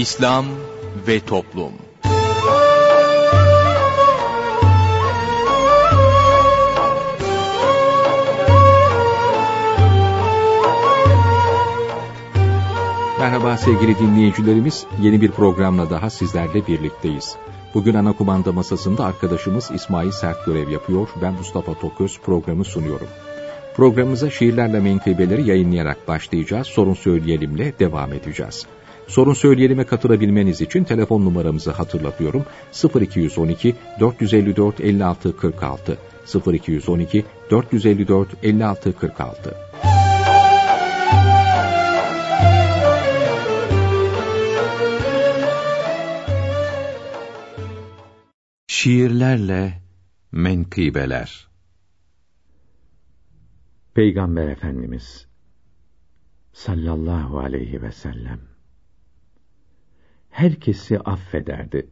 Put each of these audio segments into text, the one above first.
İslam ve Toplum. Merhaba sevgili dinleyicilerimiz, yeni bir programla daha sizlerle birlikteyiz. Bugün ana kumanda masasında arkadaşımız İsmail Sert görev yapıyor, ben Mustafa Toköz programı sunuyorum. Programımıza şiirlerle menkıbeleri yayınlayarak başlayacağız, sorun söyleyelimle devam edeceğiz. Sorun söyleyelim'e katılabilmeniz için telefon numaramızı hatırlatıyorum. 0212 454 56 46 0212 454 56 46. Şiirlerle menkıbeler. Peygamber Efendimiz sallallahu aleyhi ve sellem herkesi affederdi.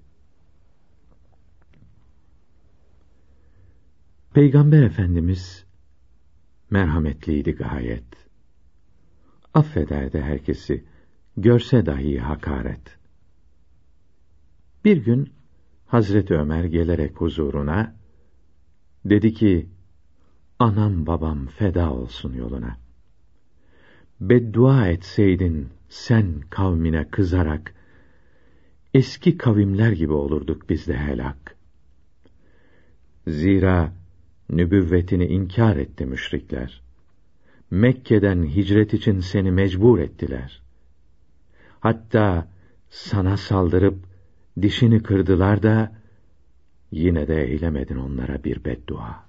Peygamber Efendimiz merhametliydi gayet. Affederdi herkesi, görse dahi hakaret. Bir gün Hazreti Ömer gelerek huzuruna, dedi ki, anam babam feda olsun yoluna. Beddua etseydin sen kavmine kızarak, eski kavimler gibi olurduk biz de helak. Zira nübüvvetini inkar etti müşrikler. Mekke'den hicret için seni mecbur ettiler. Hatta sana saldırıp dişini kırdılar da, yine de eylemedin onlara bir beddua.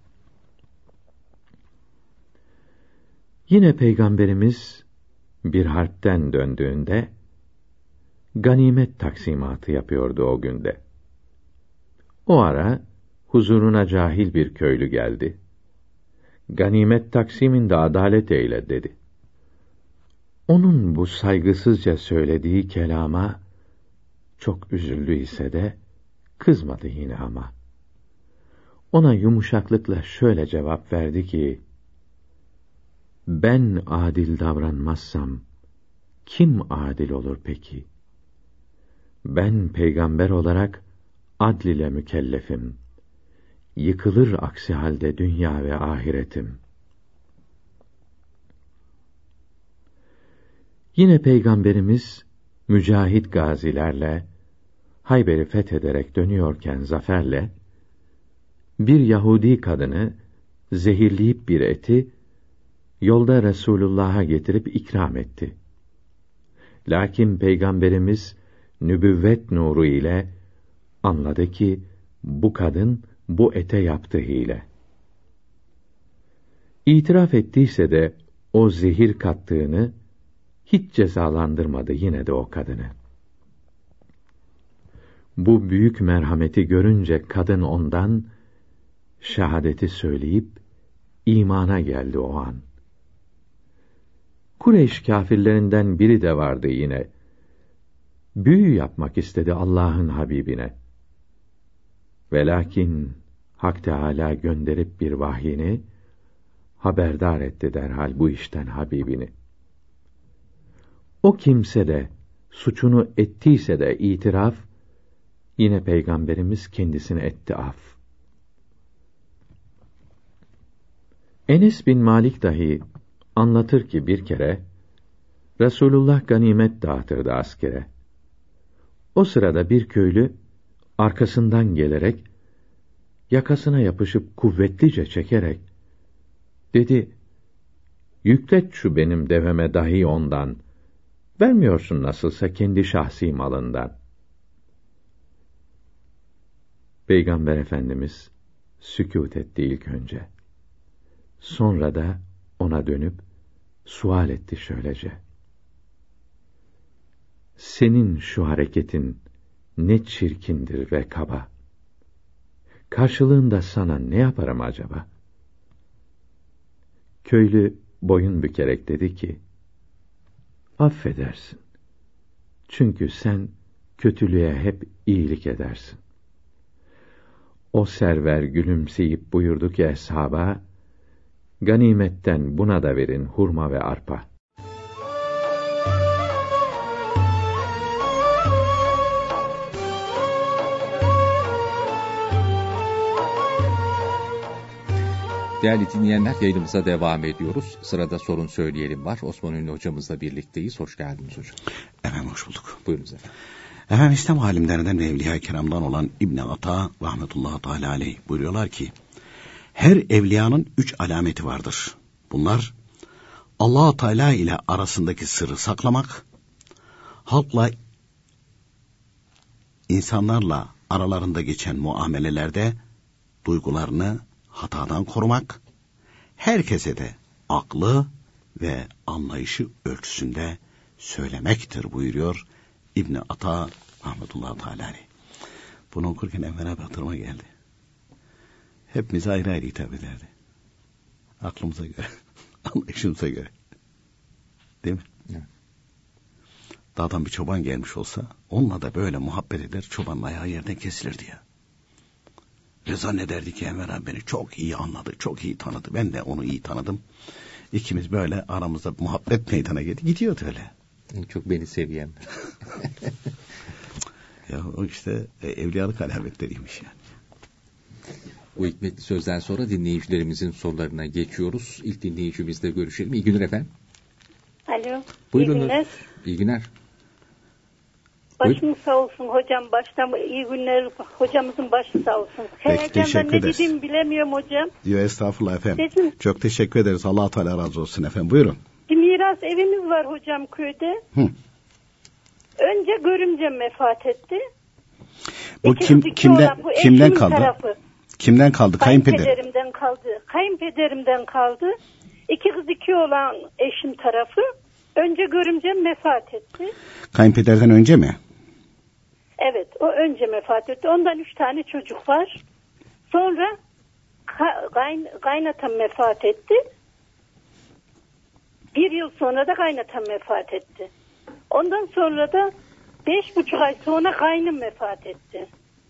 Yine Peygamberimiz bir harpten döndüğünde, ganimet taksimatı yapıyordu o günde. O ara huzuruna cahil bir köylü geldi. Ganimet taksiminde adalet eyle dedi. Onun bu saygısızca söylediği kelama çok üzüldü ise de kızmadı yine ama. Ona yumuşaklıkla şöyle cevap verdi ki, ben adil davranmazsam kim adil olur peki? Ben peygamber olarak adl ile mükellefim. Yıkılır aksi halde dünya ve ahiretim. Yine Peygamberimiz mücahit gazilerle Hayber'i fethederek dönüyorken zaferle, bir Yahudi kadını zehirleyip bir eti yolda Resulullah'a getirip ikram etti. Lakin Peygamberimiz nübüvvet nuru ile anladı ki bu kadın bu ete yaptı hile. İtiraf ettiyse de o zehir kattığını hiç cezalandırmadı yine de o kadını. Bu büyük merhameti görünce kadın ondan şehadeti söyleyip imana geldi o an. Kureyş kâfirlerinden biri de vardı yine. Büyü yapmak istedi Allah'ın Habibine. Velakin Hak Teâlâ gönderip bir vahyini haberdar etti derhal bu işten Habibini. O kimse de suçunu ettiyse de itiraf, yine Peygamberimiz kendisine etti af. Enes bin Malik dahi anlatır ki bir kere Resulullah ganimet dağıtırdı askere. O sırada bir köylü arkasından gelerek yakasına yapışıp kuvvetlice çekerek dedi, yüklet şu benim deveme dahi ondan, vermiyorsun nasılsa kendi şahsi malından. Peygamber Efendimiz sükût etti ilk önce. Sonra da ona dönüp sual etti şöylece. Senin şu hareketin ne çirkindir ve kaba. Karşılığında sana ne yaparım acaba? Köylü boyun bükerek dedi ki, affedersin. Çünkü sen kötülüğe hep iyilik edersin. O server gülümseyip buyurdu ki eshaba, ganimetten buna da verin hurma ve arpa. Değerli dinleyenler, yayınımıza devam ediyoruz. Sırada sorun söyleyelim var. Osman Ünlü hocamızla birlikteyiz. Hoş geldiniz hocam. Efendim hoş bulduk. Buyurunuz efendim. Efendim İslam alimlerinden ve Evliya-i Kiram'dan olan İbn Ata rahmetullahi teala aleyh buyuruyorlar ki, her evliyanın 3 alameti vardır. Bunlar Allah-u Teala ile arasındaki sırrı saklamak, halkla, insanlarla aralarında geçen muamelelerde duygularını hatadan korumak, herkese de aklı ve anlayışı ölçüsünde söylemektir buyuruyor İbn Ata rahmetullahi teala aleyh. Bunu okurken evvela bir hatırıma geldi. Hepimize ayrı ayrı hitap ederdi. Aklımıza göre, anlayışımıza göre. Değil mi? Evet. Dağdan bir çoban gelmiş olsa onunla da böyle muhabbet eder, çobanın ayağı yerden kesilirdi ya. Ve zannederdi ki Enver abi beni çok iyi anladı, çok iyi tanıdı. Ben de onu iyi tanıdım. İkimiz böyle aramızda muhabbet meydana gidiyordu öyle. En çok beni seviyen. Ya o işte evliyalık alametleriymiş yani. Bu hikmetli sözden sonra dinleyicilerimizin sorularına geçiyoruz. İlk dinleyicimizle görüşelim. İyi günler efendim. Alo. Buyurun. İyi günler. İyi günler. Başınız sağ olsun hocam. Baştan iyi günler. Hocamızın başı sağ olsun. Heyecandan ne dediğimi bilemiyorum hocam. Yo, estağfurullah efendim. Dedim. Çok teşekkür ederiz. Allah-u Teala razı olsun efendim. Buyurun. Bir miras evimiz var hocam köyde. Hı. Önce görümcem vefat etti. Bu kimden kaldı? Tarafı. Kimden kaldı? Kayınpederimden kaldı. Kayınpederimden kaldı. 2 kız 2 olan eşim tarafı. Önce görümcem vefat etti. Kayınpederden önce mi? Evet, o önce vefat etti. Ondan 3 tane çocuk var. Sonra kaynatam vefat etti. 1 yıl sonra da kaynatam vefat etti. Ondan sonra da 5,5 ay sonra kaynım vefat etti.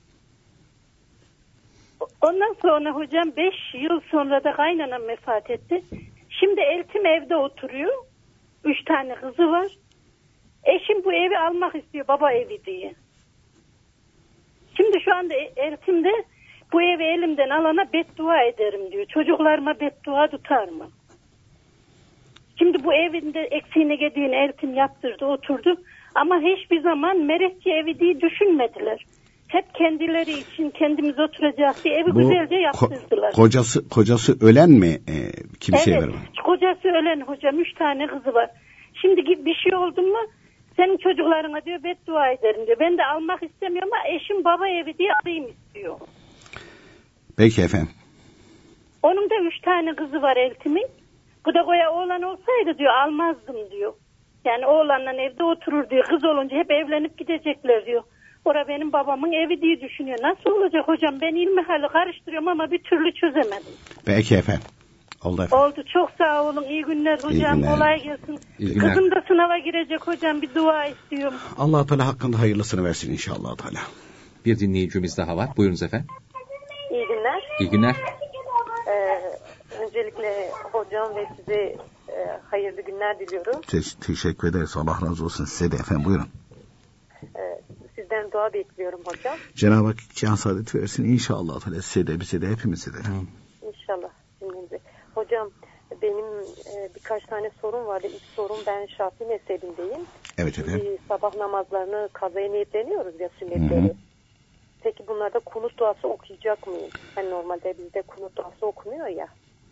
Ondan sonra hocam 5 yıl sonra da kaynanam vefat etti. Şimdi eltim evde oturuyor. 3 tane kızı var. Eşim bu evi almak istiyor, baba evi diye. Şimdi şu anda eltim de bu evi elimden alana beddua ederim diyor. Çocuklarıma beddua tutar mı? Şimdi bu evinde eksiğine gediğini eltim yaptırdı, oturdu. Ama hiçbir zaman merekçi evi diye düşünmediler. Hep kendileri için kendimiz oturacak diye evi güzelce yaptırdılar. Kocası ölen mi kimseye evet, vermem? Kocası ölen hocam, 3 tane kızı var. Şimdi bir şey oldu mu senin çocuklarına diyor beddua ederim diyor. Ben de almak istemiyorum ama eşim baba evi diye alayım istiyor. Peki efendim. Onun da 3 tane kızı var eltimin. Bu da koya oğlan olsaydı diyor almazdım diyor. Yani oğlanla evde oturur diyor. Kız olunca hep evlenip gidecekler diyor. Ora benim babamın evi diye düşünüyor. Nasıl olacak hocam? Ben ilmihali karıştırıyorum ama bir türlü çözemedim. Peki efendim. Oldu efendim. Oldu. Çok sağ olun. İyi günler hocam. İyi günler. Kolay gelsin. İyi günler. Kızım da sınava girecek hocam. Bir dua istiyorum. Allah Teala hakkında hayırlısını versin inşallah Teala. Bir dinleyicimiz daha var. Buyurunuz efendim. İyi günler. İyi günler. Öncelikle hocam ve size hayırlı günler diliyorum. Teşekkür ederiz. Allah razı olsun. Size de efendim buyurun. Sizden dua bekliyorum hocam. Cenab-ı Hak can saadet versin inşallah. Size de bize de hepimize de. İnşallah. Şimdi. Hocam benim birkaç tane sorum vardı. İlk sorum, ben Şafii mezhebindeyim. Evet efendim. Sabah namazlarını kazaya niyetleniyoruz ya, sünnetleri. Hı-hı. Peki bunlarda kunut duası okuyacak mıyım? Hani normalde bizde kunut duası okunuyor ya.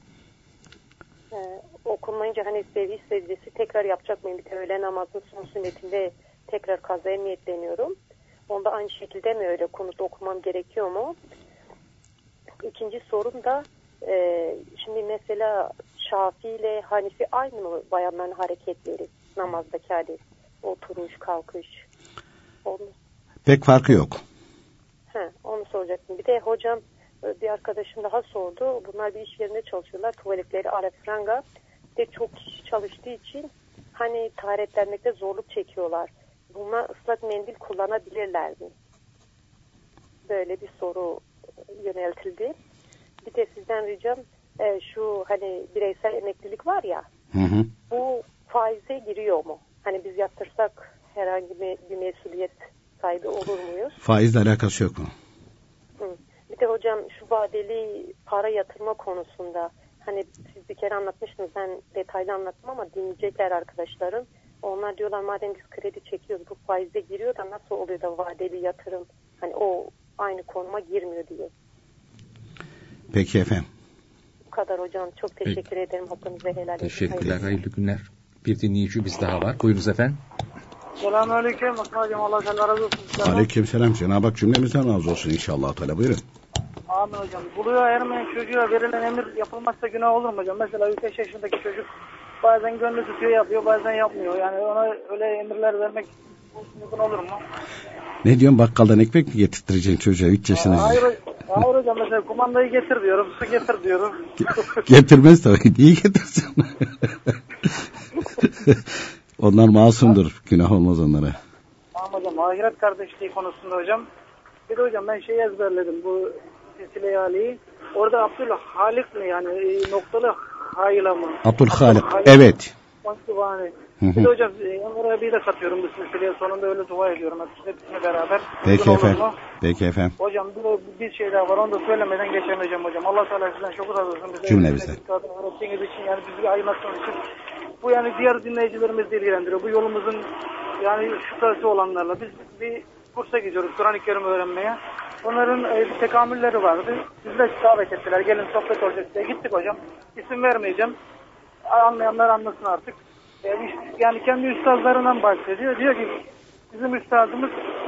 Okunmayınca hani secdesi tekrar yapacak mıyım? Bir de öğle namazının son sünnetinde tekrar kazaya niyetleniyorum. Onda aynı şekilde mi öyle kunut okumam gerekiyor mu? İkinci sorum da şimdi mesela Şafii ile Hanifi aynı mı bayanların hareketleri namazdaki hali, oturuş, kalkış? Pek farkı yok. Onu soracaktım. Bir de hocam bir arkadaşım daha sordu. Bunlar bir iş yerinde çalışıyorlar. Tuvaletleri alafranga. Bir de çok kişi çalıştığı için hani taharetlenmekte zorluk çekiyorlar. Bunlar ıslak mendil kullanabilirler mi? Böyle bir soru yöneltildi. Bir de sizden ricam şu hani bireysel emeklilik var ya. Hı. Bu faize giriyor mu? Hani biz yatırsak herhangi bir mesuliyet sahibi olur muyuz? Faizle alakası yok mu? Bir de hocam şu vadeli para yatırma konusunda hani siz bir kere anlatmıştınız, ben detaylı anlattım ama dinleyecekler arkadaşlarım. Onlar diyorlar madem biz kredi çekiyoruz bu faizde giriyor da nasıl oluyor da vadeli yatırım hani o aynı konuma girmiyor diye. Peki efendim. Bu kadar hocam. Çok teşekkür ederim. Hakkınızı helal edin. Teşekkürler. Hayırlı günler. Bir dinleyicimiz daha var. Buyurunuz efendim. Selamünaleyküm. Hocam Allah razı olsun. Aleykümselam. Cenab-ı Hak cümlemizden razı olsun inşallah. Teala buyurun. Amin hocam. Buluğa ermeyen çocuğa verilen emir yapılmazsa günah olur mu hocam? Mesela 3-5 yaşındaki çocuk bazen gönlü tutuyor yapıyor, bazen yapmıyor. Yani ona öyle emirler vermek mümkün olur mu? Ne diyorsun, bakkaldan ekmek mi getirtireceksin çocuğa 3 yaşında? Hayır hocam, mesela kumandayı getir diyorum, su getir diyorum. Getirmez tabii. Niye getirsin? Onlar masumdur. Günah olmaz onlara. Tamam hocam. Ahiret kardeşliği konusunda hocam. Bir de hocam ben ezberledim. Bu Silsile-i Ali'yi. Orada Abdülhalik mi yani noktalı hayla mı? Abdülhalik. Evet. Bir de hocam oraya bir de katıyorum bu silsileye. Sonunda öyle dua ediyorum. Hepsine beraber. Peki efendim. Peki efendim. Hocam bir şey daha var. Onu da söylemeden geçemeyeceğim hocam. Allah Teala sizden çok razı olsun. Cümlemizden. Öğrettiğiniz için yani bizi aydınlattığınız için. Bu yani diğer dinleyicilerimizi ilgilendiriyor. Bu yolumuzun yani şüphesi olanlarla. Biz bir kursa gidiyoruz Kur'an-ı Kerim öğrenmeye. Onların bir tekamülleri vardı. Bizle davet ettiler. Gelin sohbet olacak diye. Gittik hocam. İsim vermeyeceğim. Anlayanlar anlasın artık. Yani kendi üstazlarından bahsediyor. Diyor ki bizim üstazımız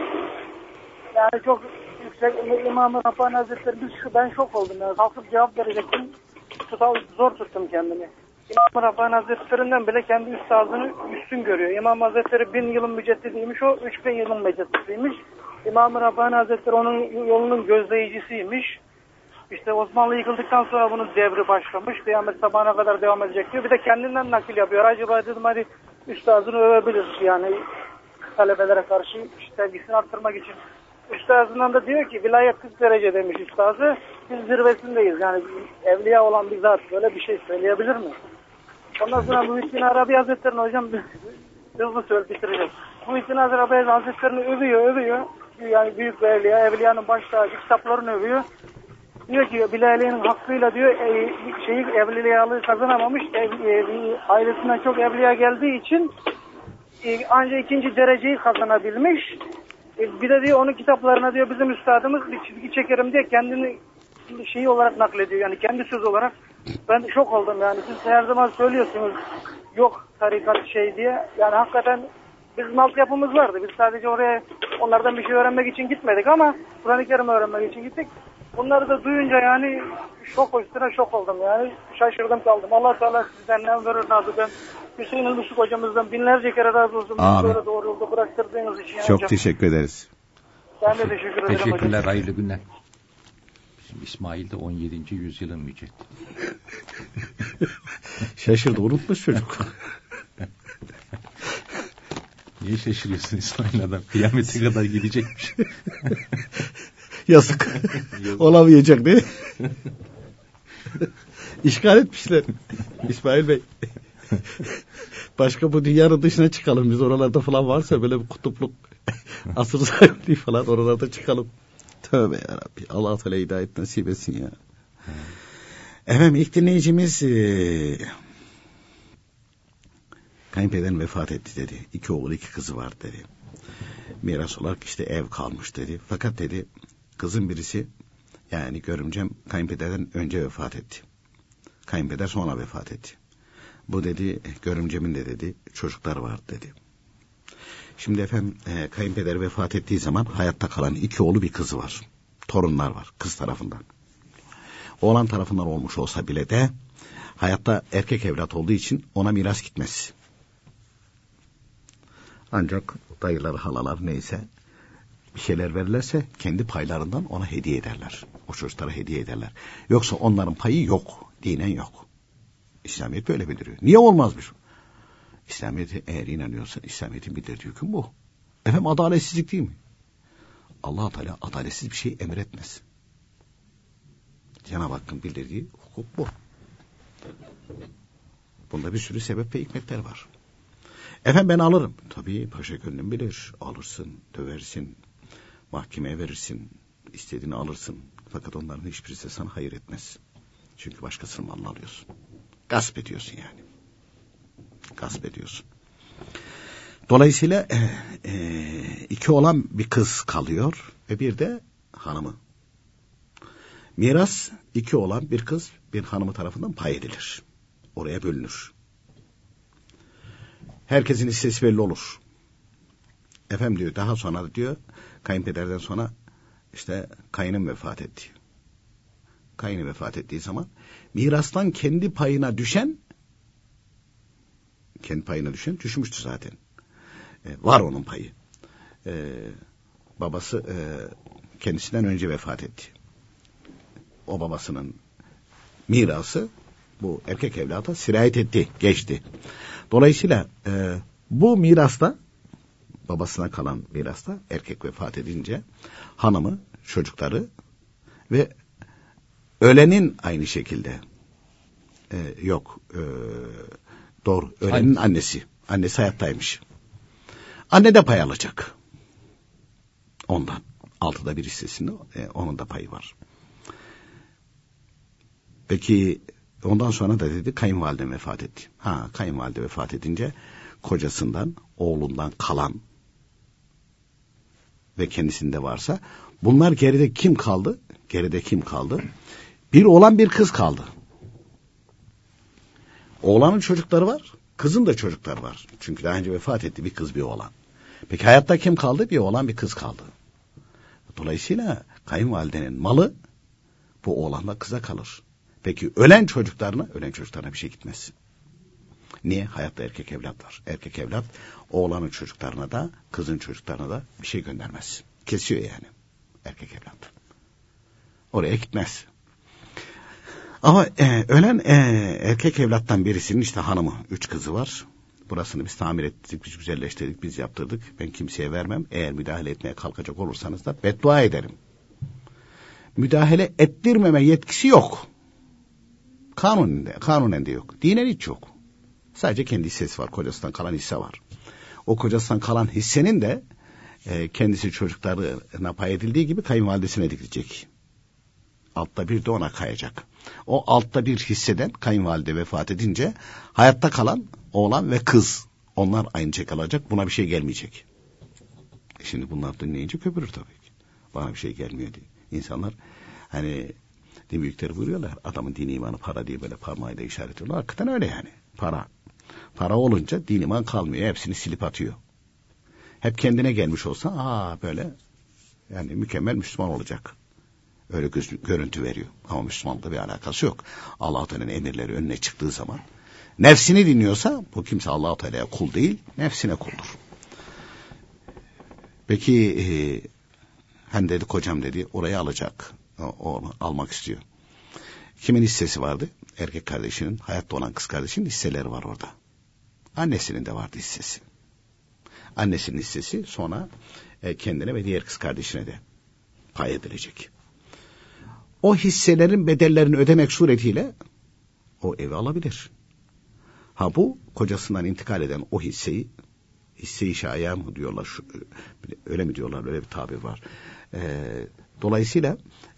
yani çok yüksek İmam-ı Rabbani Hazretleri ben şok oldum. Yani kalkıp cevap verecektim. Zor tuttum kendimi. İmam-ı Rabbani Hazretlerinden bile kendi üstazını üstün görüyor. İmam Hazretleri 1000 yılın müceddidiymiş, o 3000 yılın müceddidiymiş. İmam-ı Rabbani Hazretleri onun yolunun gözleyicisiymiş. İşte Osmanlı yıkıldıktan sonra bunun devri başlamış. Kıyamet sabahına kadar devam edecek diyor. Bir de kendinden nakil yapıyor. Acaba dedim hadi üstazını övebilir yani talebelere karşı sevgisini arttırmak için. Üstazından da diyor ki vilayet 40 derece demiş üstazı. Biz zirvesindeyiz. Yani evliya olan bir zat böyle bir şey söyleyebilir mi? Ondan sonra Muhittin Arabi Hazretleri'ni hocam hızlı söyleyip bitireceğim. Muhittin Arabi Hazretleri'ni övüyor. Yani büyük bir evliya, evliyanın baş tacı kitaplarını övüyor. Diyor ki Bilal-i hakkıyla diyor evliyalığı kazanamamış. Ailesinden çok evliya geldiği için ancak 2. dereceyi kazanabilmiş. Bir de diyor onun kitaplarına diyor bizim üstadımız bir çizgi çekerim diye kendini şeyi olarak naklediyor. Yani kendi söz olarak. Ben şok oldum yani. Siz her zaman söylüyorsunuz yok tarikat şey diye. Yani hakikaten bizim altyapımız vardı. Biz sadece oraya onlardan bir şey öğrenmek için gitmedik ama Kur'an-ı Kerim öğrenmek için gittik. Bunları da duyunca yani şok üstüne şok oldum yani. Şaşırdım kaldım. Allah Teala sizden ne verir razı. Ben Hüseyin Ilmışık hocamızdan binlerce kere razı olsun. Böyle doğru yolda bıraktırdığınız için. Çok hocam. Teşekkür ederiz. Ben de teşekkür ederim hocam. Teşekkürler. Hayırlı günler. Bizim İsmail de 17. yüzyılın müceddidi. Şaşırdı. Unutmuş çocuk. Niye şaşırıyorsun İsmail adam? Kıyamete kadar gidecekmiş. Yazık. Olamayacak değil mi? İşgal etmişler. İsmail Bey. Başka bu dünyanın dışına çıkalım. Biz oralarda falan varsa böyle bir kutupluk asır sahipliği falan oralarda çıkalım. Tövbe yarabbi. Allah Teala hidayet nasip etsin ya. Efendim ilk dinleyicimiz kayınpederim vefat etti dedi. 2 oğlu 2 kızı var dedi. Miras olarak işte ev kalmış dedi. Fakat dedi kızın birisi yani görümcem kayınpederden önce vefat etti. Kayınpeder sonra vefat etti. Bu dedi görümcemin de dedi çocuklar var dedi. Şimdi efendim kayınpeder vefat ettiği zaman hayatta kalan 2 oğlu 1 kızı var. Torunlar var kız tarafından. Oğlan tarafından olmuş olsa bile de hayatta erkek evlat olduğu için ona miras gitmez. Ancak dayılar, halalar neyse bir şeyler verirlerse kendi paylarından ona hediye ederler. O çocuklara hediye ederler. Yoksa onların payı yok. Dinen yok. İslamiyet böyle bildiriyor. Niye olmazmış? İslamiyet'e eğer inanıyorsan İslamiyet'in bildirdiği hüküm bu. Efendim adaletsizlik değil mi? Allah Teala adaletsiz bir şey emretmez. Cenab-ı Hakk'ın bildirdiği hukuk bu. Bunda bir sürü sebep ve hikmetler var. Efendim ben alırım. Tabii paşa gönlüm bilir. Alırsın, döversin, mahkemeye verirsin, istediğini alırsın. Fakat onların hiçbirisi sana hayır etmez. Çünkü başkasının malını alıyorsun. Gasp ediyorsun yani. Gasp ediyorsun. Dolayısıyla 2 oğlan bir kız kalıyor ve bir de hanımı. Miras 2 oğlan bir kız bir hanımı tarafından pay edilir. Oraya bölünür. Herkesin hissesi belli olur. Efendim diyor, daha sonra diyor kayınpederden sonra işte kayınım vefat etti. Kayını vefat ettiği zaman mirastan kendi payına düşen düşmüştü zaten. Var onun payı. Babası kendisinden önce vefat etti. O babasının mirası bu erkek evlada sirayet etti, geçti. Dolayısıyla bu mirasta, babasına kalan mirasta erkek vefat edince hanımı, çocukları ve ölenin aynı şekilde doğru, ölenin annesi hayattaymış. Anne de pay alacak. Ondan 6'da 1 hissesinde onun da payı var. Peki ondan sonra da dedi kayınvalidem vefat etti. Kayınvalide vefat edince kocasından, oğlundan kalan ve kendisinde varsa bunlar geride kim kaldı? Bir oğlan bir kız kaldı. Oğlanın çocukları var, kızın da çocukları var. Çünkü daha önce vefat etti bir kız bir oğlan. Peki hayatta kim kaldı? Bir oğlan bir kız kaldı. Dolayısıyla kayınvalidenin malı bu oğlanla kıza kalır. Peki ölen çocuklarına bir şey gitmez. Niye? Hayatta erkek evlat var. Erkek evlat oğlanın çocuklarına da kızın çocuklarına da bir şey göndermez. Kesiyor yani erkek evlat. Oraya gitmez. Ama ölen erkek evlattan birisinin işte hanımı, 3 kızı var. Burasını biz tamir ettik, biz güzelleştirdik, biz yaptırdık. Ben kimseye vermem. Eğer müdahale etmeye kalkacak olursanız da beddua ederim. Müdahale ettirmeme yetkisi yok. Kanunen de yok. Dinen hiç yok. Sadece kendi hissesi var. Kocasından kalan hisse var. O kocasından kalan hissenin de kendisi çocuklarına pay edildiği gibi kayınvalidesine edilecek. 1/6 de ona kayacak. O 1/6 hisseden kayınvalide vefat edince hayatta kalan oğlan ve kız, onlar aynı şekilde alacak. Buna bir şey gelmeyecek. Şimdi bunlar dinleyince köpürür tabii ki. Bana bir şey gelmiyor diye. İnsanlar hani din büyükleri buyuruyorlar. Adamın dini imanı para diye böyle parmağıyla işaret ediyorlar. Hakikaten öyle yani. Para olunca din iman kalmıyor. Hepsini silip atıyor. Hep kendine gelmiş olsa böyle yani mükemmel Müslüman olacak. Öyle görüntü veriyor. Ama Müslümanla bir alakası yok. Allah-u Teala'nın emirleri önüne çıktığı zaman nefsini dinliyorsa bu kimse Allah-u Teala'ya kul değil, nefsine kuldur. Peki hani dedi kocam dedi orayı alacak. Onu almak istiyor. Kimin hissesi vardı? Erkek kardeşinin, hayatta olan kız kardeşinin hisseleri var orada. Annesinin de vardı hissesi. Annesinin hissesi sonra kendine ve diğer kız kardeşine de pay edilecek. O hisselerin bedellerini ödemek suretiyle o evi alabilir. Bu kocasından intikal eden o hisse-i şaya mı diyorlar, öyle mi diyorlar, öyle bir tabir var. Dolayısıyla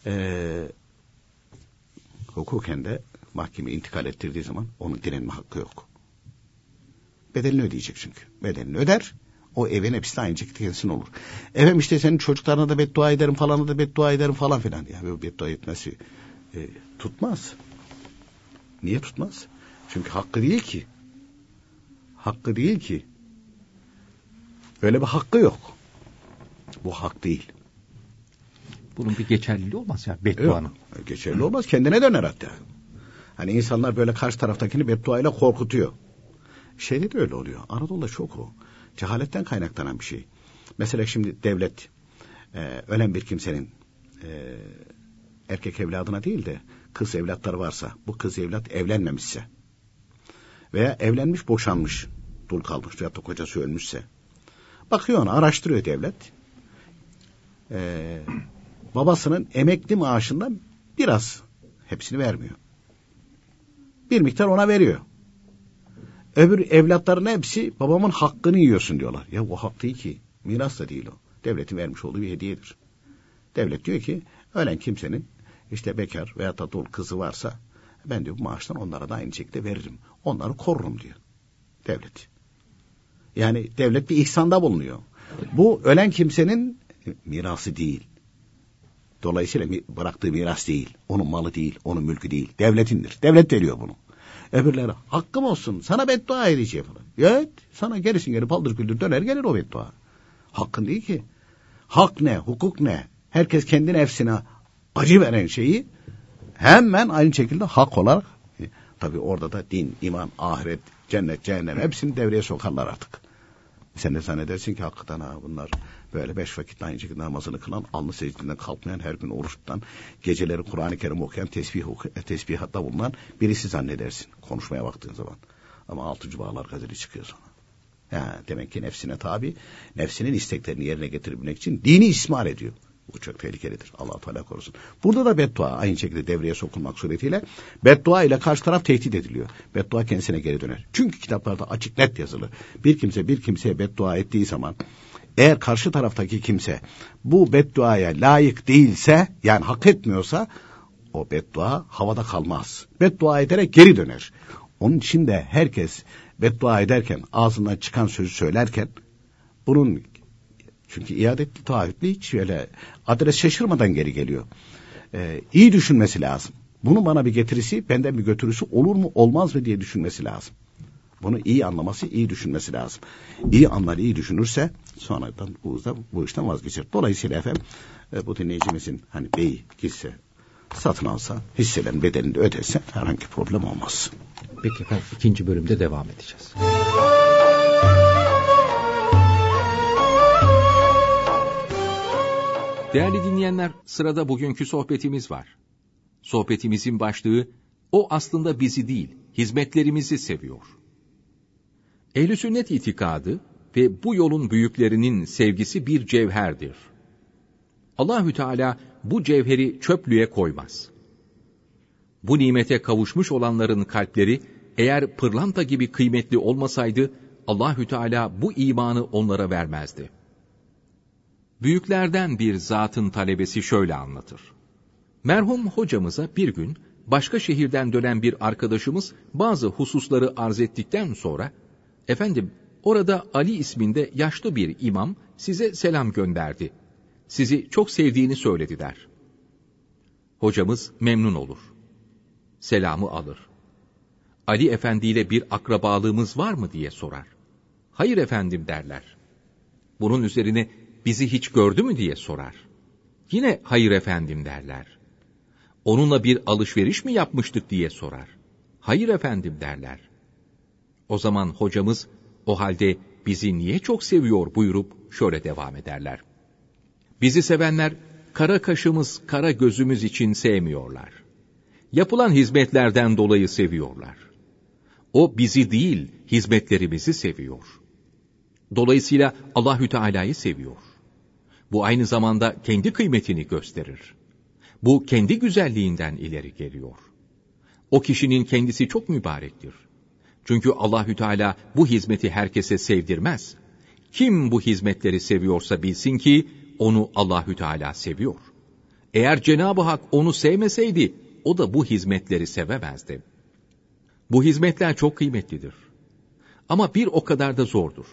hukuken de mahkeme intikal ettirdiği zaman onun direnme hakkı yok. Bedelini ödeyecek çünkü. Bedelini öder, o evin hepsi aynı şekilde kendisine olur. Efendim işte senin çocuklarına da beddua ederim falan da beddua ederim falan filan. Ya bu beddua etmesi tutmaz. Niye tutmaz? Çünkü hakkı değil ki. Hakkı değil ki. Öyle bir hakkı yok. Bu hak değil. Bunun bir geçerliliği olmaz ya bedduanın. Geçerli olmaz. Kendine döner hatta. Hani insanlar böyle karşı taraftakini bedduayla korkutuyor. Şeyde de öyle oluyor. Anadolu'da çok o. Cehaletten kaynaklanan bir şey. Mesela şimdi devlet ölen bir kimsenin erkek evladına değil de kız evlatları varsa, bu kız evlat evlenmemişse veya evlenmiş boşanmış, dul kalmış ya da kocası ölmüşse bakıyor ona, araştırıyor devlet. Babasının emekli maaşından biraz, hepsini vermiyor. Bir miktar ona veriyor. Öbür evlatların hepsi babamın hakkını yiyorsun diyorlar. Ya o hak değil ki. Miras da değil o. Devletin vermiş olduğu bir hediyedir. Devlet diyor ki ölen kimsenin işte bekar veya da dul kızı varsa Ben diyor bu maaştan onlara da aynı şekilde veririm. Onları korurum diyor devlet. Yani devlet bir ihsanda bulunuyor. Bu ölen kimsenin mirası değil. Dolayısıyla bıraktığı miras değil. Onun malı değil, onun mülkü değil. Devletindir. Devlet veriyor bunu. Öbürleri hakkım olsun sana beddua edeceğim falan. Evet, sana gerisin geri paldır küldür döner gelir o beddua. Hakkın değil ki. Hak ne, hukuk ne? Herkes kendi nefsine acı veren şeyi hemen aynı şekilde hak olarak, tabii orada da din, iman, ahiret, cennet, cehennem hepsini devreye sokarlar artık. Sen de zannedersin ki hakikaten bunlar böyle 5 vakit aynı şekilde namazını kılan, alnı secdesinden kalkmayan, her gün oruç tutan, geceleri Kur'an-ı Kerim okuyan, tesbihatta bulunan birisi zannedersin konuşmaya baktığın zaman. Ama 6. Bağlar Gazeli çıkıyor sonra. Demek ki nefsine tabi, nefsinin isteklerini yerine getirebilmek için dini ismar ediyor. Bu çok tehlikelidir. Allah Teala korusun. Burada da beddua aynı şekilde devreye sokulmak suretiyle beddua ile karşı taraf tehdit ediliyor. Beddua kendisine geri döner. Çünkü kitaplarda açık net yazılı. Bir kimse bir kimseye beddua ettiği zaman eğer karşı taraftaki kimse bu bedduaya layık değilse, yani hak etmiyorsa, o beddua havada kalmaz. Beddua ederek geri döner. Onun için de herkes beddua ederken, ağzından çıkan sözü söylerken, bunun çünkü iadetli, taahhütlü hiç öyle adres şaşırmadan geri geliyor. İyi düşünmesi lazım. Bunun bana bir getirisi, benden bir götürüsü olur mu, olmaz mı diye düşünmesi lazım. Bunu iyi anlaması, iyi düşünmesi lazım. İyi anlar, iyi düşünürse sonradan bu işten vazgeçer. Dolayısıyla efendim bu dinleyicimizin hani beyi gitse, satın alsa, hisselerin bedelini de ödese herhangi problem olmaz. Peki efendim, ikinci bölümde devam edeceğiz. Değerli dinleyenler, sırada bugünkü sohbetimiz var. Sohbetimizin başlığı, o aslında bizi değil, hizmetlerimizi seviyor. Ehl-i sünnet itikadı ve bu yolun büyüklerinin sevgisi bir cevherdir. Allahü Teala bu cevheri çöplüğe koymaz. Bu nimete kavuşmuş olanların kalpleri eğer pırlanta gibi kıymetli olmasaydı, Allahü Teala bu imanı onlara vermezdi. Büyüklerden bir zatın talebesi şöyle anlatır. Merhum hocamıza bir gün başka şehirden dönen bir arkadaşımız bazı hususları arz ettikten sonra, efendim orada Ali isminde yaşlı bir imam size selam gönderdi. Sizi çok sevdiğini söyledi der. Hocamız memnun olur. Selamı alır. Ali Efendi ile bir akrabalığımız var mı diye sorar. Hayır efendim derler. Bunun üzerine bizi hiç gördü mü diye sorar. Yine hayır efendim derler. Onunla bir alışveriş mi yapmıştık diye sorar. Hayır efendim derler. O zaman hocamız o halde bizi niye çok seviyor buyurup şöyle devam ederler. Bizi sevenler kara kaşımız, kara gözümüz için sevmiyorlar. Yapılan hizmetlerden dolayı seviyorlar. O bizi değil, hizmetlerimizi seviyor. Dolayısıyla Allahü Teala'yı seviyor. Bu aynı zamanda kendi kıymetini gösterir. Bu kendi güzelliğinden ileri geliyor. O kişinin kendisi çok mübarektir. Çünkü Allahü Teala bu hizmeti herkese sevdirmez. Kim bu hizmetleri seviyorsa bilsin ki onu Allahü Teala seviyor. Eğer Cenab-ı Hak onu sevmeseydi, o da bu hizmetleri sevemezdi. Bu hizmetler çok kıymetlidir. Ama bir o kadar da zordur.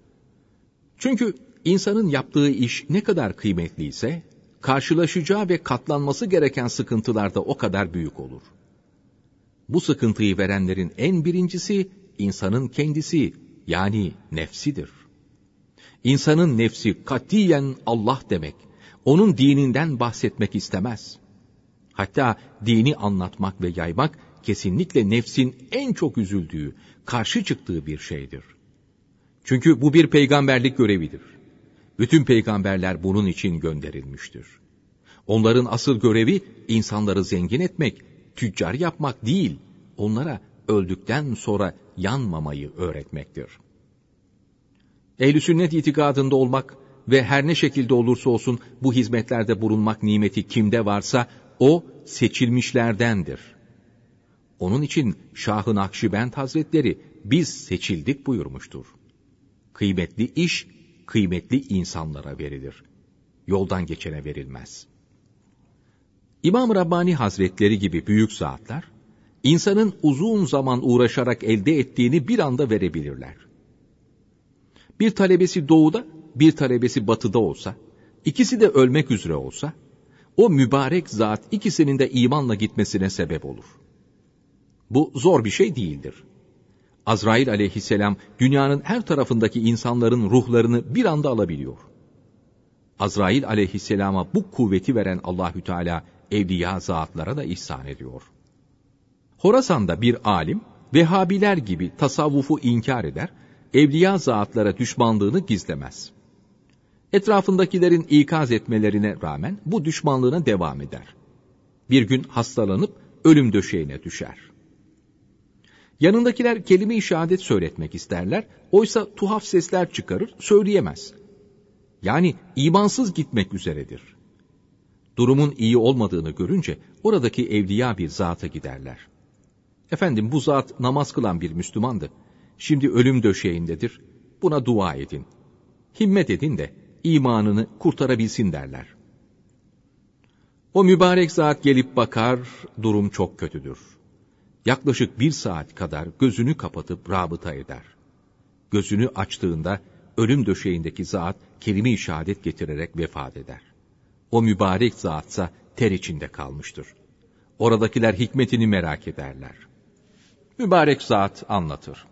Çünkü insanın yaptığı iş ne kadar kıymetliyse, karşılaşacağı ve katlanması gereken sıkıntılar da o kadar büyük olur. Bu sıkıntıyı verenlerin en birincisi, insanın kendisi, yani nefsidir. İnsanın nefsi katiyen Allah demek, onun dininden bahsetmek istemez. Hatta dini anlatmak ve yaymak, kesinlikle nefsin en çok üzüldüğü, karşı çıktığı bir şeydir. Çünkü bu bir peygamberlik görevidir. Bütün peygamberler bunun için gönderilmiştir. Onların asıl görevi insanları zengin etmek, tüccar yapmak değil, onlara öldükten sonra yanmamayı öğretmektir. Ehl-i sünnet itikadında olmak ve her ne şekilde olursa olsun bu hizmetlerde bulunmak nimeti kimde varsa o seçilmişlerdendir. Onun için Şah-ı Nakşibend Hazretleri biz seçildik buyurmuştur. Kıymetli iş, kıymetli insanlara verilir. Yoldan geçene verilmez. İmam-ı Rabbani Hazretleri gibi büyük zatlar, insanın uzun zaman uğraşarak elde ettiğini bir anda verebilirler. Bir talebesi doğuda, bir talebesi batıda olsa, ikisi de ölmek üzere olsa, o mübarek zat ikisinin de imanla gitmesine sebep olur. Bu zor bir şey değildir. Azrail aleyhisselam dünyanın her tarafındaki insanların ruhlarını bir anda alabiliyor. Azrail aleyhisselama bu kuvveti veren Allahü Teala evliya zatlara da ihsan ediyor. Horasan'da bir alim, Vehhabiler gibi tasavvufu inkar eder, evliya zatlara düşmanlığını gizlemez. Etrafındakilerin ikaz etmelerine rağmen bu düşmanlığına devam eder. Bir gün hastalanıp ölüm döşeğine düşer. Yanındakiler kelime-i şehadet söyletmek isterler, oysa tuhaf sesler çıkarır, söyleyemez. Yani imansız gitmek üzeredir. Durumun iyi olmadığını görünce oradaki evliya bir zata giderler. Efendim, bu zat namaz kılan bir Müslümandı. Şimdi ölüm döşeğindedir. Buna dua edin. Himmet edin de imanını kurtarabilsin derler. O mübarek zat gelip bakar, durum çok kötüdür. Yaklaşık 1 saat kadar gözünü kapatıp rabıta eder. Gözünü açtığında ölüm döşeğindeki zat kelime-i şehadet getirerek vefat eder. O mübarek zatsa ter içinde kalmıştır. Oradakiler hikmetini merak ederler. Mübarek zat anlatır.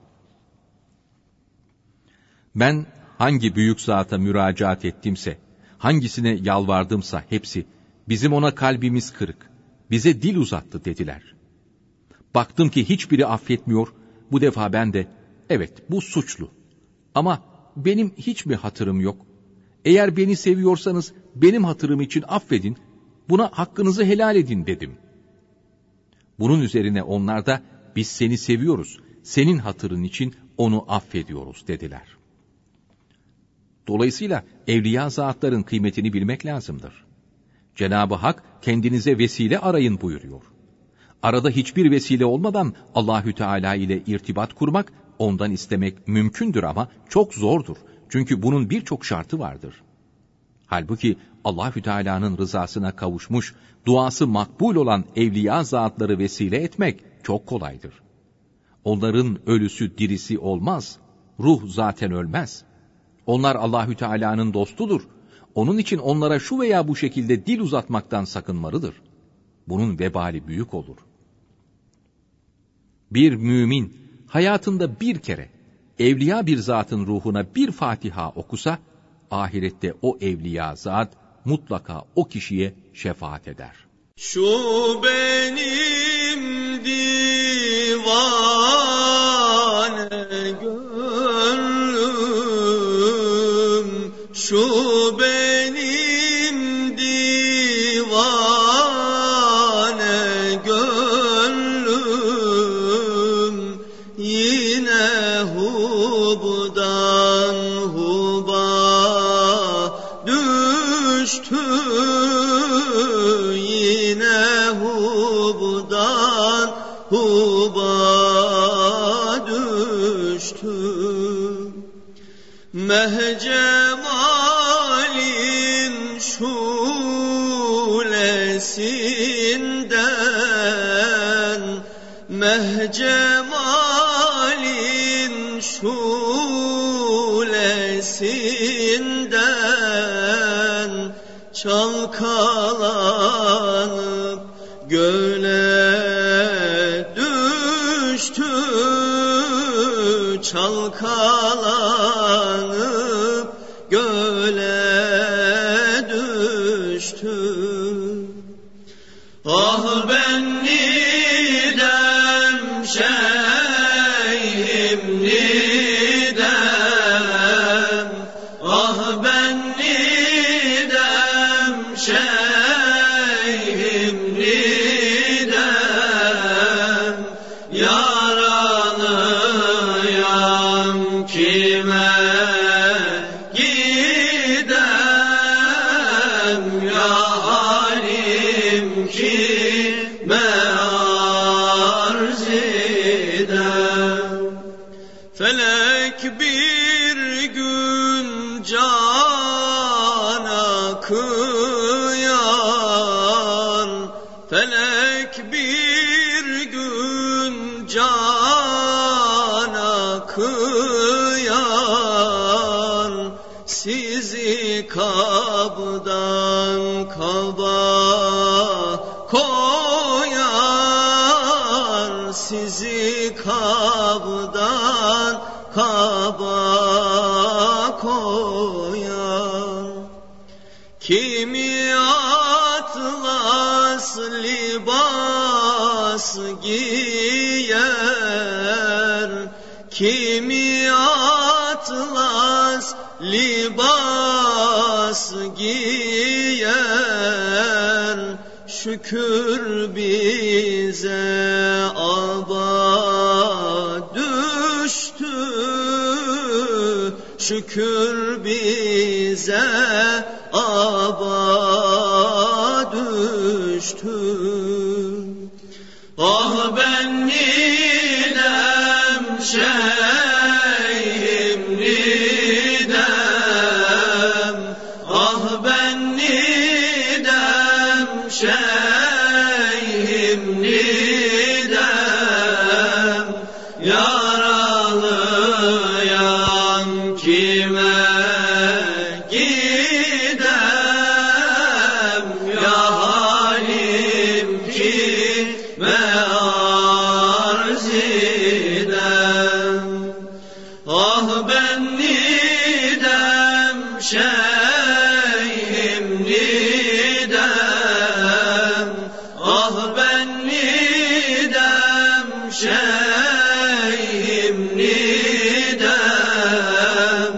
Ben hangi büyük zata müracaat ettimse, hangisine yalvardımsa hepsi, bizim ona kalbimiz kırık, bize dil uzattı dediler. Baktım ki hiçbiri affetmiyor, bu defa ben de, evet bu suçlu. Ama benim hiç mi hatırım yok? Eğer beni seviyorsanız benim hatırım için affedin, buna hakkınızı helal edin dedim. Bunun üzerine onlar da, biz seni seviyoruz, senin hatırın için onu affediyoruz dediler. Dolayısıyla evliya zatların kıymetini bilmek lazımdır. Cenab-ı Hak kendinize vesile arayın buyuruyor. Arada hiçbir vesile olmadan Allahü Teala ile irtibat kurmak, ondan istemek mümkündür ama çok zordur. Çünkü bunun birçok şartı vardır. Halbuki Allahü Teala'nın rızasına kavuşmuş, duası makbul olan evliya zatları vesile etmek çok kolaydır. Onların ölüsü dirisi olmaz, ruh zaten ölmez. Onlar Allahü Teala'nın dostudur. Onun için onlara şu veya bu şekilde dil uzatmaktan sakınmalıdır. Bunun vebali büyük olur. Bir mümin hayatında bir kere evliya bir zatın ruhuna bir Fatiha okusa, ahirette o evliya zat mutlaka o kişiye şefaat eder. Şu benim divane gönlüm, şu benim divane gönlüm, yine hubdan huba düştü, yine hubdan huba düştü. Mehcemalin şulesinden, mehcemalin şulesinden çalkalanıp göle düştü, çalkalanıp göle düştü. Ah ben nidem şeyhim nidem, ah ben nidem şeyhim nidem, yaranıyam kime gidem, ya halim kime arz edem. Felek bir gün cana kıyar, felek bir gün cana kıyar, sizi kabdan kaba koyar, sizi kabdan kaba koyar. Kimi atlas libas giyer, kimi atlas libas giyer, şükür bize aba düştü, şükür bize aba düştü. Ah ben nidem şeyhim nidem, ah ben nidem şeyhim nidem, yaralayan kime gidem, ya halim kime arz edem. Ah ben nidem şeyhim nidem, ah ben nidem şeyhim nidem,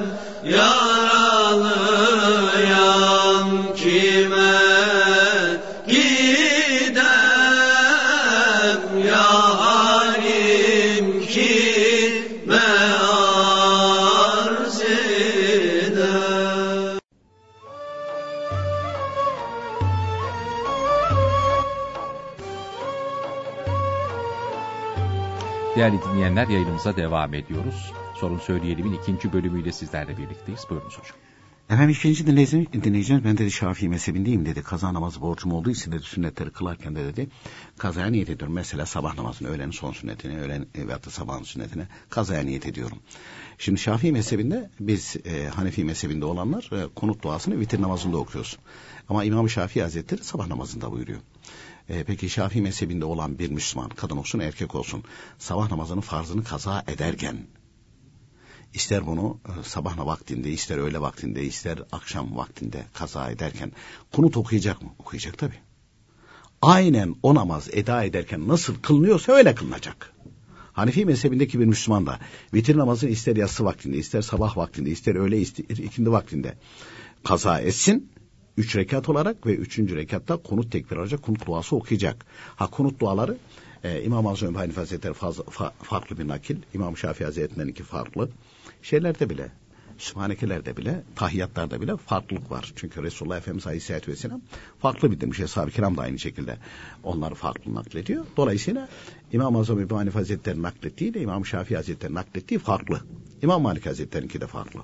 yaralayan kime gidem, ya halim kime arz edem. Değerli dinleyenler, yayınımıza devam ediyoruz. Sorun Söyleyelim'in 2. bölümüyle sizlerle birlikteyiz. Buyurunuz hocam. Efendim ikinci dinleyeceğiz. Ben dedi Şafii mezhebindeyim dedi. Kaza namazı borcum olduğu için dedi sünnetleri kılarken de dedi kazaya niyet ediyorum. Mesela sabah namazını, öğlenin son sünnetini, öğlen veyahut da sabahın sünnetine kazaya niyet ediyorum. Şimdi Şafii mezhebinde biz Hanefi mezhebinde olanlar kunut duasını vitir namazında okuyoruz. Ama İmam Şafii Hazretleri sabah namazında buyuruyor. Peki Şafii mezhebinde olan bir Müslüman, kadın olsun erkek olsun, sabah namazının farzını kaza ederken, İster bunu sabah vaktinde, ister öğle vaktinde, ister akşam vaktinde kaza ederken kunut okuyacak mı? Okuyacak tabii. Aynen o namaz eda ederken nasıl kılınıyorsa öyle kılınacak. Hanefi mezhebindeki bir Müslüman da vitir namazını ister yatsı vaktinde, ister sabah vaktinde, ister öğle, ister ikindi vaktinde kaza etsin. 3 rekat olarak ve 3. rekatta kunut tekbir alacak, kunut duası okuyacak. Kunut duaları İmam Azam Ebu Hanife Hazretleri farklı bir nakil, İmam Şafii Hazretleri'ninki farklı. Şeylerde bile, Sübhaneke'lerde bile, tahiyyatlarda bile farklılık var. Çünkü Resulullah Efendimiz Aleyhisselatü Vesselam farklı bildirmiş. Ashab-ı Kiram da aynı şekilde onları farklı naklediyor. Dolayısıyla İmam Azam Ebu Hanife Hazretleri naklettiği ile İmam Şafii Hazretleri naklettiği farklı. İmam Malik Hazretleri'ninki de farklı.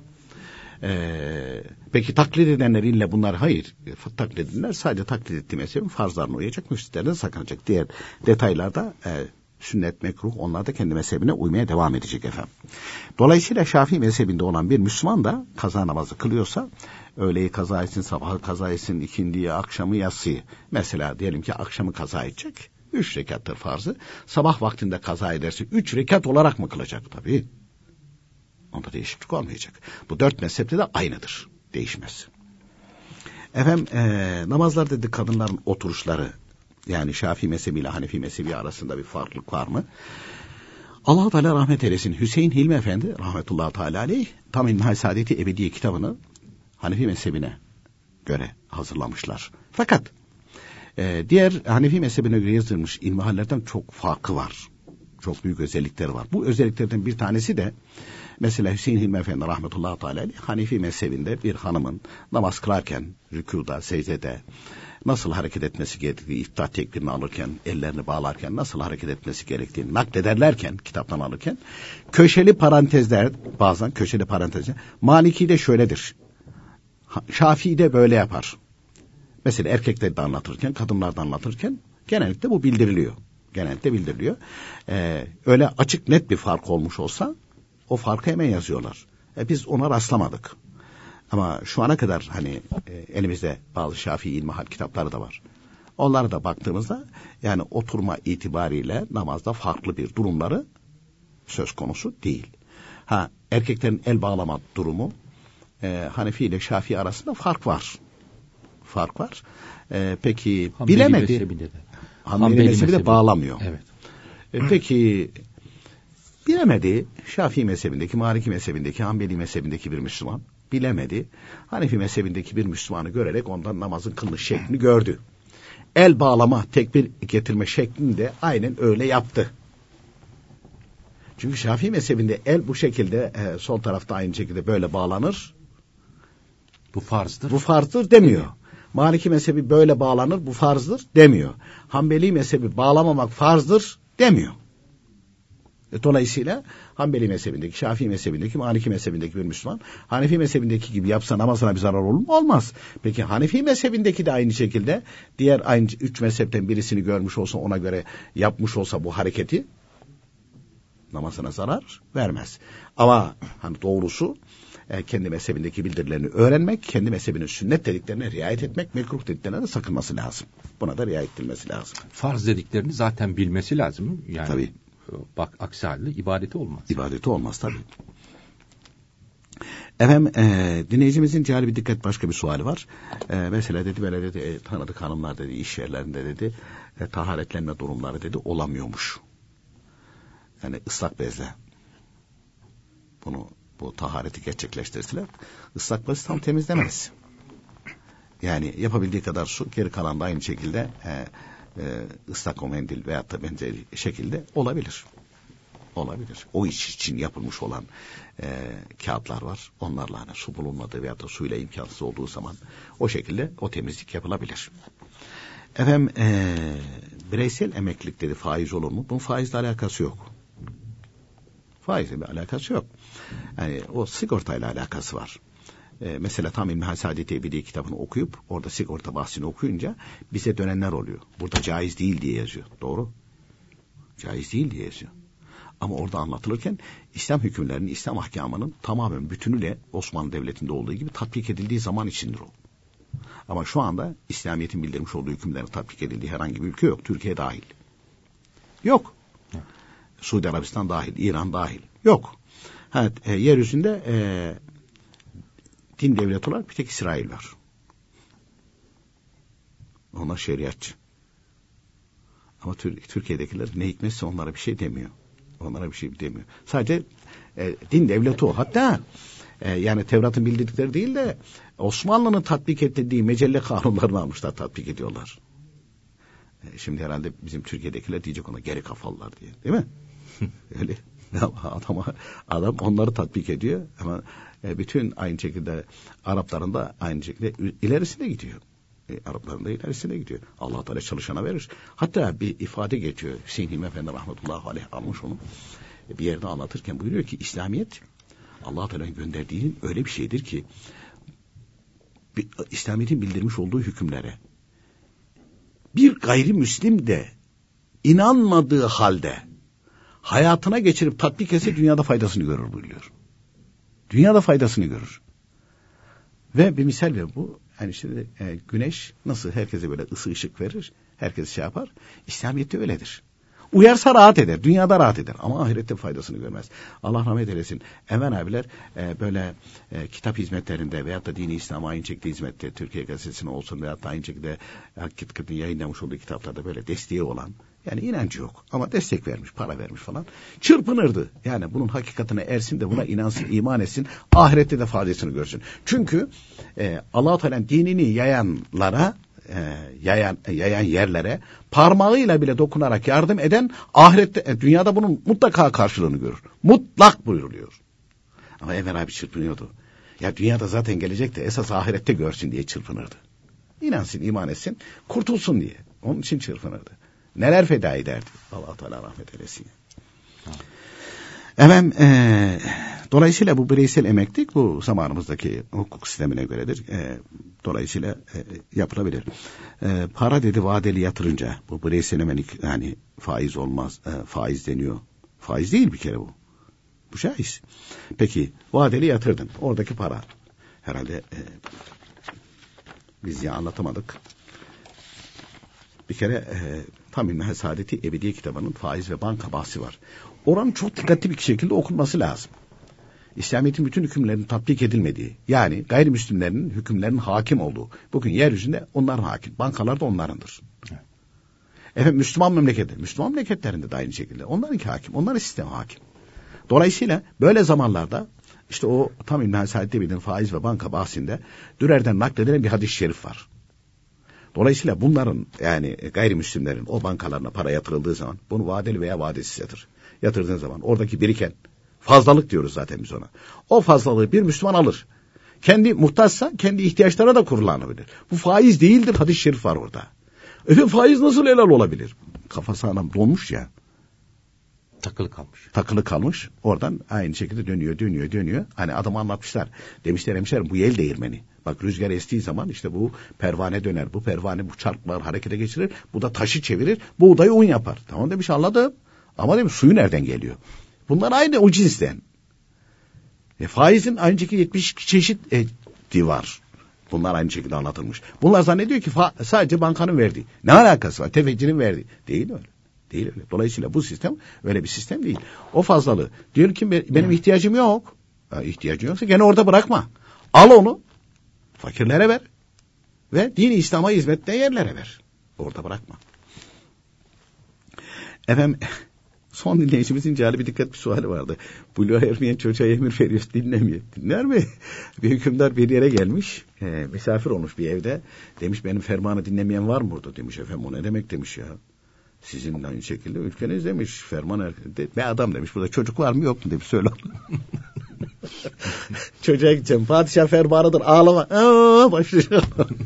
Peki taklit edenler ille bunlar hayır. Taklit edenler sadece taklit ettiği mezhebin farzlarına uyacak, müfsitlerden sakınacak. Diğer detaylarda sünnet, mekruh, onlar da kendi mezhebine uymaya devam edecek efendim. Dolayısıyla Şafii mezhebinde olan bir Müslüman da kaza namazı kılıyorsa, öğleyi kaza etsin, sabahı kaza etsin, ikindiyi, akşamı, yatsıyı. Mesela diyelim ki akşamı kaza edecek. 3 rekattır farzı. Sabah vaktinde kaza ederse 3 rekat olarak mı kılacak? Tabii. Onda değişiklik olmayacak. Bu 4 mezhepte de aynıdır. Değişmez. Efendim namazlar dedi kadınların oturuşları, yani Şafii mezhebi ile Hanefi mezhebi arasında bir farklılık var mı? Allah-u Teala rahmet eylesin. Hüseyin Hilmi Efendi rahmetullahi teala aleyh Tam İlmihal Saadeti Ebediye kitabını Hanefi mezhebine göre hazırlamışlar. Fakat diğer Hanefi mezhebine göre yazılmış ilmihallerden çok farkı var. Çok büyük özellikleri var. Bu özelliklerden bir tanesi de mesela Hüseyin Hilmi Efendi rahmetullahi teala aleyh Hanefi mezhebinde bir hanımın namaz kılarken, rükûda, secdede nasıl hareket etmesi gerektiği, iftihar tekbirini alırken, ellerini bağlarken nasıl hareket etmesi gerektiğini naklederlerken, kitaptan alırken, köşeli parantezler, bazen köşeli parantezler, Maliki'de şöyledir, Şafii'de böyle yapar. Mesela erkekleri de anlatırken, kadınlar da anlatırken genellikle bu bildiriliyor. genellikle bildiriliyor. Öyle açık net bir fark olmuş olsa o farkı hemen yazıyorlar. Biz ona rastlamadık. Ama şu ana kadar hani elimizde bazı Şafii ilmihal kitapları da var. Onlara da baktığımızda yani oturma itibariyle namazda farklı bir durumları söz konusu değil. Erkeklerin el bağlama durumu Hanefi ile Şafii arasında fark var. Peki Hanbeli bilemedi. Hanbeli mezhebi de bağlamıyor. Evet. Peki bilemedi. Şafii mezhebindeki, Maliki mezhebindeki, Hanbeli mezhebindeki bir Müslüman bilemedi. Hanefi mezhebindeki bir Müslümanı görerek ondan namazın kılınış şeklini gördü. El bağlama, tekbir getirme şeklini de aynen öyle yaptı. Çünkü Şafii mezhebinde el bu şekilde sol tarafta aynı şekilde böyle bağlanır. Bu farzdır. Bu farzdır demiyor. Maliki mezhebi böyle bağlanır, bu farzdır demiyor. Hanbeli mezhebi bağlamamak farzdır demiyor. Dolayısıyla Hanbeli mezhebindeki, Şafii mezhebindeki, Maliki mezhebindeki bir Müslüman Hanefi mezhebindeki gibi yapsa namazına bir zarar olur mu? Olmaz. Peki Hanefi mezhebindeki de aynı şekilde diğer aynı 3 mezhepten birisini görmüş olsa, ona göre yapmış olsa bu hareketi namazına zarar vermez. Ama hani doğrusu kendi mezhebindeki bildirilerini öğrenmek, kendi mezhebinin sünnet dediklerine riayet etmek, mekruh dediklerine de sakınması lazım. Buna da riayet edilmesi lazım. Farz dediklerini zaten bilmesi lazım. Yani tabii. Bak aksi halde ibadeti olmaz. İbadeti olmaz tabii. Efendim dinleyicimizin cihali bir dikkat başka bir suali var. Mesela dedi böyle dedi tanıdık hanımlar dedi iş yerlerinde dedi taharetlenme durumları dedi olamıyormuş. Yani ıslak bezle bu tahareti gerçekleştirseler ıslak bez tam temizlemez. Yani yapabildiği kadar su, geri kalan da aynı şekilde ıslak o mendil veyahut da benzeri şekilde olabilir. O iş için yapılmış olan kağıtlar var. Onlarla hani su bulunmadığı veyahut da suyla imkansız olduğu zaman o şekilde o temizlik yapılabilir. Efendim bireysel emeklilik dedi faiz olur mu? Bunun faizle alakası yok. Faizle bir alakası yok. Yani o sigortayla alakası var. Mesela tam İlmihal Saadet Ebedi kitabını okuyup orada sigorta bahsini okuyunca bize dönenler oluyor. Burada caiz değil diye yazıyor. Doğru. Caiz değil diye yazıyor. Ama orada anlatılırken İslam hükümlerinin, İslam ahkamının tamamen bütünüyle Osmanlı Devleti'nde olduğu gibi tatbik edildiği zaman içindir o. Ama şu anda İslamiyet'in bildirmiş olduğu hükümlerin tatbik edildiği herhangi bir ülke yok. Türkiye dahil. Yok. Suudi Arabistan dahil, İran dahil. Yok. Yeryüzünde din devleti olarak bir tek İsrail var. Onlar şeriatçı. Ama Türkiye'dekiler ne hikmetse onlara bir şey demiyor. Sadece din devleti o. Hatta yani Tevrat'ın bildirdikleri değil de Osmanlı'nın tatbik ettiği mecelle kanunlarını almışlar, tatbik ediyorlar. Şimdi herhalde bizim Türkiye'dekiler diyecek ona geri kafalılar diye. Değil mi? Öyle. Adam onları tatbik ediyor ama bütün aynı şekilde Arapların da aynı şekilde ilerisine gidiyor. Arapların da ilerisine gidiyor. Allah Teala çalışana verir. Hatta bir ifade geçiyor. Hüseyin Hilmi Efendi rahmetullahi aleyh almış onu. Bir yerde anlatırken buyuruyor ki İslamiyet Allah Teala'nın gönderdiğinin öyle bir şeydir ki İslamiyet'in bildirmiş olduğu hükümlere bir gayrimüslim de inanmadığı halde hayatına geçirip tatbik etse dünyada faydasını görür buyuruyor. Dünyada faydasını görür. Ve bir misal ver bu. Yani işte güneş nasıl herkese böyle ışık verir, herkes şey yapar. İslamiyet'te öyledir. Uyarsa rahat eder, dünyada rahat eder ama ahirette faydasını görmez. Allah rahmet eylesin. Enver abiler böyle kitap hizmetlerinde veyahut da dini İslam'a aynı şekilde hizmette, Türkiye Gazetesi'ne olsun veyahut da aynı şekilde hakikaten yayınlamış olduğu kitaplarda böyle desteği olan, yani inancı yok ama destek vermiş, para vermiş falan, çırpınırdı. Yani bunun hakikatine ersin de buna inansın, iman etsin, ahirette de faydasını görsün. Çünkü Allah-u Teala'nın dinini yayanlara, yayan yerlere parmağıyla bile dokunarak yardım eden ahirette, dünyada bunun mutlaka karşılığını görür. Mutlak buyuruluyor. Ama Enver abi çırpınıyordu. Ya dünyada zaten gelecek de esas ahirette görsün diye çırpınırdı. İnansın, iman etsin, kurtulsun diye. Onun için çırpınırdı. Neler feda ederdi. Allah-u Teala rahmet eylesin. Efendim, dolayısıyla bu bireysel emeklilik bu zamanımızdaki hukuk sistemine göredir. Dolayısıyla yapılabilir. Para dedi vadeli yatırınca bu bireysel emeklilik yani faiz olmaz. Faiz deniyor. Faiz değil bir kere bu. Bu şahis. Peki vadeli yatırdın. Oradaki para. Herhalde biz ya anlatamadık. Bir kere Tamim-i Saadeti Ebediye kitabının faiz ve banka bahsi var. Oranın çok dikkatli bir şekilde okunması lazım. İslamiyet'in bütün hükümlerinin tatbik edilmediği, yani gayrimüslimlerin hükümlerinin hakim olduğu, bugün yeryüzünde onların hakim, bankalar da onlarındır. Evet. Efendim Müslüman memleketi, Müslüman memleketlerinde de aynı şekilde onlarınki hakim, onların sistemi hakim. Dolayısıyla böyle zamanlarda işte o Tamim-i Saadeti Ebediye'nin faiz ve banka bahsinde Dürer'den nakledilen bir hadis-i şerif var. Dolayısıyla bunların yani gayrimüslimlerin o bankalarına para yatırıldığı zaman bunu vadeli veya vadesiz yatırdığın zaman oradaki biriken fazlalık diyoruz zaten biz ona. O fazlalığı bir Müslüman alır. Kendi muhtaçsa kendi ihtiyaçlarına da kullanabilir. Bu faiz değildir, hadis-i şerif var orada. Faiz nasıl helal olabilir? Kafası anam donmuş ya. Takılı kalmış. Oradan aynı şekilde dönüyor. Hani adamı anlatmışlar. Demişler bu el değirmeni. Bak rüzgar estiği zaman işte bu pervane döner. Bu pervane bu çarklar harekete geçirir. Bu da taşı çevirir. Buğdayı un yapar. Tamam demiş anladım. Ama demiş suyu nereden geliyor? Bunlar aynı o cinsten. Faizin önceki 72 çeşit var. Bunlar aynı şekilde anlatılmış. Bunlar zannediyor ki sadece bankanın verdiği. Ne alakası var? Tefeccinin verdiği. Değil öyle. Değil öyle. Dolayısıyla bu sistem öyle bir sistem değil. O fazlalığı. Diyor ki benim ihtiyacım yok. İhtiyacın yoksa gene orada bırakma. Al onu. Fakirlere ver. Ve din-i İslam'a hizmette yerlere ver. Orada bırakma. Efendim son dinleyicimizin cali bir dikkat bir suali vardı. Buluğa ermeyen çocuğa emir veriyoruz dinlemiyor. Dinler mi? Bir hükümdar bir yere gelmiş. Misafir olmuş bir evde. Demiş benim fermanı dinlemeyen var mı burada? Demiş efendim o ne demek demiş ya. Sizin aynı şekilde ülkeniz demiş. Ferman be adam demiş. Burada çocuk var mı yok mu demiş. Söyle. Çocuğa gideceğim. Padişah fermanıdır ağlama. Başlayacağım.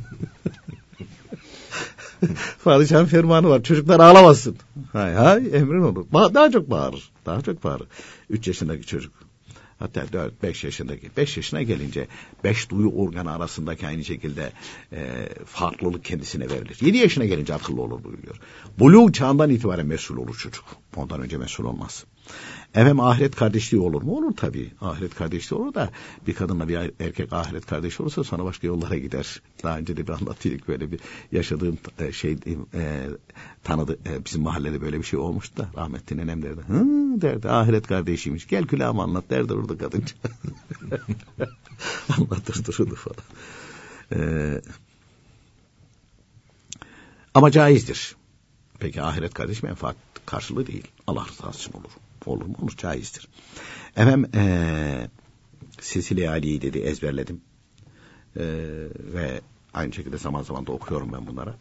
Padişahın fermanı var. Çocuklar ağlamasın. Hay emrin olur. Daha çok bağırır. 3 yaşındaki çocuk. Hatta 4-5 yaşındaki. 5 yaşına gelince 5 duyu organı arasındaki aynı şekilde farklılık kendisine verilir. 7 yaşına gelince akıllı olur buyuruyor. Buluğ çağından itibaren mesul olur çocuk. Ondan önce mesul olmaz. Efendim ahiret kardeşliği olur mu? Olur tabii. Ahiret kardeşliği olur da bir kadınla bir erkek ahiret kardeşi olursa sonra başka yollara gider. Daha önce de bir anlattıydık böyle bir yaşadığım tanıdı bizim mahallede böyle bir şey olmuştu da rahmetli nenem derdi. Derdi ahiret kardeşiymiş. Gel külahımı anlat derdi orada kadınca. Anlatır dururdu falan. Ama caizdir. Peki ahiret kardeş menfaat karşılığı değil. Allah rızası için olur. Olur mu? Olur. Caizdir. Efendim Silsile-i Ali'yi dedi ezberledim. Ve aynı şekilde zaman zaman da okuyorum ben bunlara.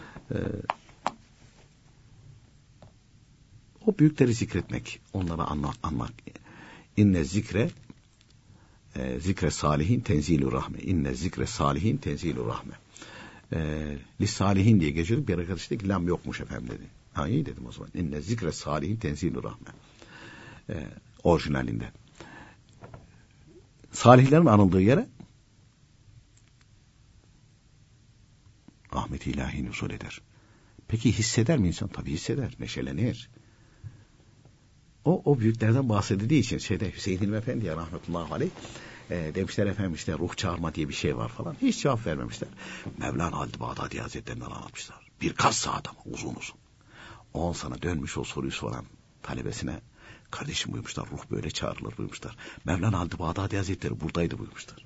O büyükleri zikretmek, onlara anmak. İnne zikre salihin tenzilü rahme. İnne zikre salihin tenzilü rahme. Salihin diye geçiyorduk. Bir arkadaş dedi ki lam yokmuş efendim dedi. İyi dedim o zaman. İnne zikre salihin tenzilü rahme. Orijinalinde. Salihlerin anıldığı yere rahmet-i ilahi nüzul eder. Peki hisseder mi insan? Tabii hisseder. Neşelenir. O büyüklerden bahsedildiği için Hüseyin Hilmi Efendi ya rahmetullahi aleyh demişler efendim işte ruh çağırma diye bir şey var falan. Hiç cevap vermemişler. Mevlana Halid Bağdadi Hazretlerinden anlatmışlar. Birkaç saat ama uzun. 10 sana dönmüş o soruyu soran talebesine kardeşim buyurmuşlar. Ruh böyle çağrılır buyurmuşlar. Mevlana Halid Bağdadi Hazretleri buradaydı buyurmuşlar.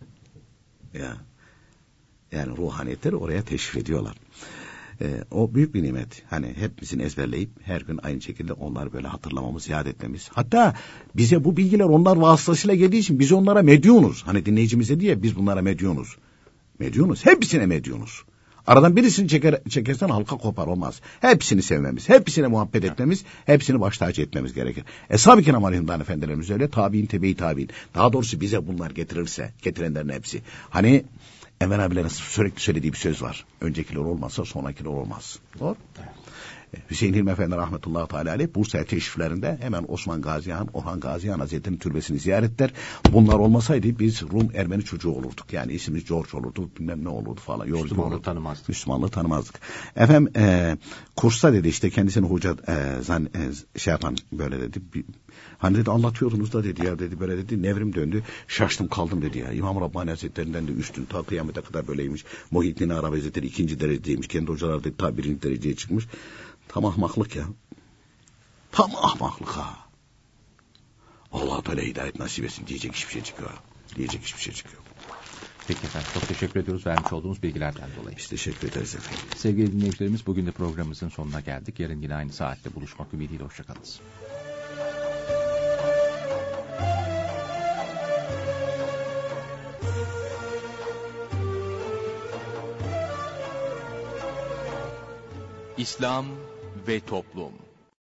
Yani ruhaniyetleri oraya teşrif ediyorlar. O büyük bir nimet. Hani hepimizin ezberleyip her gün aynı şekilde onları böyle hatırlamamız, yad etmemiz. Hatta bize bu bilgiler onlar vasıtasıyla geldiği için biz onlara medyunuz. Hani dinleyicimize diye biz bunlara medyunuz. Medyunuz. Hepsine medyunuz. Aradan birisini çekersen halka kopar olmaz. Hepsini sevmemiz, hepsine muhabbet etmemiz, hepsini baş tacı etmemiz gerekir. Eshab-ı Kiram aleyhimden efendilerimiz öyle, tabiin, tebe-i tabiin. Daha doğrusu bize bunlar getirenlerin hepsi. Hani Enver abilerin sürekli söylediği bir söz var. Öncekiler olmazsa sonrakiler olmaz. Doğru. Hüseyin Hilmi Efendi rahmetullahi teala aleyh Bursa'ya teşriflerinde hemen Osman Gazi Han, Orhan Gazi Han Hazretleri'nin türbesini ziyaret eder. Bunlar olmasaydı biz Rum Ermeni çocuğu olurduk. Yani ismimiz George olurdu, bilmem ne olurdu falan. Müslümanlığı tanımazdık. Müslümanlığı tanımazdık. Efendim kursta dedi işte kendisini hoca şey yapan böyle dedi. Hani dedi anlatıyordunuz da dedi ya dedi böyle dedi nevrim döndü. Şaştım kaldım dedi ya. İmam Rabbani Hazretlerinden de üstün ta kıyamete kadar böyleymiş. Muhyiddin Arabi Hazretleri 2. dereceymiş. Kendi hocaları da ta 1. dereceye çıkmış. Tam ahmaklık ya. Tam ahmaklık ha. Allah Teala hidayet nasip etsin diyecek hiçbir şey çıkıyor. Diyecek hiçbir şey çıkıyor. Peki efendim, çok teşekkür ediyoruz vermiş olduğunuz bilgilerden dolayı. Biz teşekkür ederiz efendim. Sevgili dinleyicilerimiz, bugün de programımızın sonuna geldik. Yarın yine aynı saatte buluşmak ümidiyle hoşçakalınız. İslam ve Toplum.